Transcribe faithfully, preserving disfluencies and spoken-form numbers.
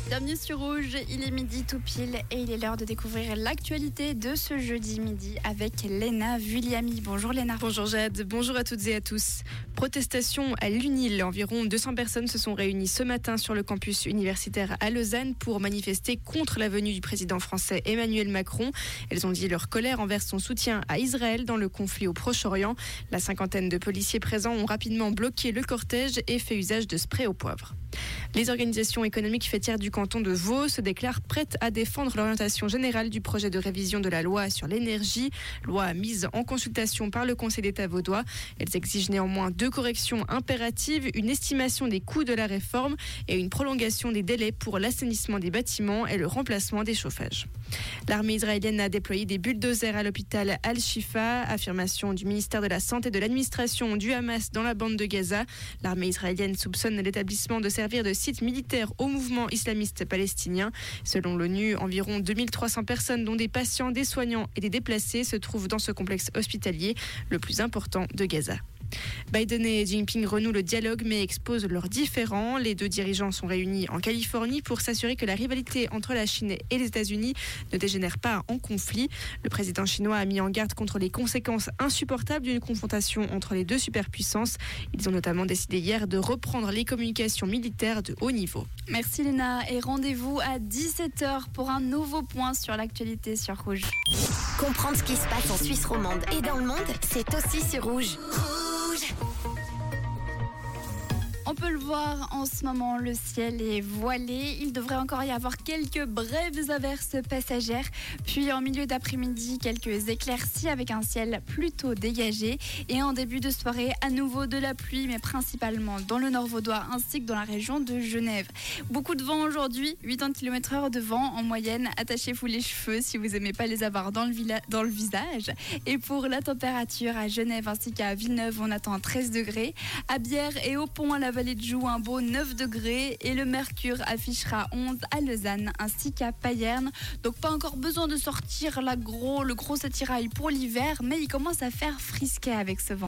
Bienvenue sur Rouge, il est midi tout pile et il est l'heure de découvrir l'actualité de ce jeudi midi avec Léna Vulliamy. Bonjour Léna. Bonjour Jade, bonjour à toutes et à tous. Protestation à l'UNIL. Environ deux cents personnes se sont réunies ce matin sur le campus universitaire à Lausanne pour manifester contre la venue du président français Emmanuel Macron. Elles ont dit leur colère envers son soutien à Israël dans le conflit au Proche-Orient. La cinquantaine de policiers présents ont rapidement bloqué le cortège et fait usage de spray au poivre. Les organisations économiques fêtières du canton de Vaud se déclarent prêtes à défendre l'orientation générale du projet de révision de la loi sur l'énergie, loi mise en consultation par le Conseil d'État vaudois. Elles exigent néanmoins deux corrections impératives, une estimation des coûts de la réforme et une prolongation des délais pour l'assainissement des bâtiments et le remplacement des chauffages. L'armée israélienne a déployé des bulldozers à l'hôpital Al-Shifa, affirmation du ministère de la Santé et de l'administration du Hamas dans la bande de Gaza. L'armée israélienne soupçonne l'établissement de servir de site militaire au mouvement islamiste palestinien. Selon l'ONU, environ deux mille trois cents personnes, dont des patients, des soignants et des déplacés, se trouvent dans ce complexe hospitalier, le plus important de Gaza. Biden et Jinping renouent le dialogue mais exposent leurs différends. Les deux dirigeants sont réunis en Californie pour s'assurer que la rivalité entre la Chine et les États-Unis ne dégénère pas en conflit. Le président chinois a mis en garde contre les conséquences insupportables d'une confrontation entre les deux superpuissances. Ils ont notamment décidé hier de reprendre les communications militaires de haut niveau. Merci Léna et rendez-vous à dix-sept heures pour un nouveau point sur l'actualité sur Rouge. Comprendre ce qui se passe en Suisse romande et dans le monde, c'est aussi sur Rouge. Rouge. On peut le voir en ce moment, le ciel est voilé. Il devrait encore y avoir quelques brèves averses passagères. Puis en milieu d'après-midi, quelques éclaircies avec un ciel plutôt dégagé. Et en début de soirée, à nouveau de la pluie, mais principalement dans le nord vaudois ainsi que dans la région de Genève. Beaucoup de vent aujourd'hui, quatre-vingts kilomètres heure de vent en moyenne. Attachez-vous les cheveux si vous n'aimez pas les avoir dans le, vila- dans le visage. Et pour la température à Genève ainsi qu'à Villeneuve, on attend treize degrés. À Bière et au Pont à la Vallée de Joux, un beau neuf degrés et le mercure affichera onze à Lausanne ainsi qu'à Payerne. Donc pas encore besoin de sortir la gros, le gros attirail pour l'hiver, mais il commence à faire frisquet avec ce vent.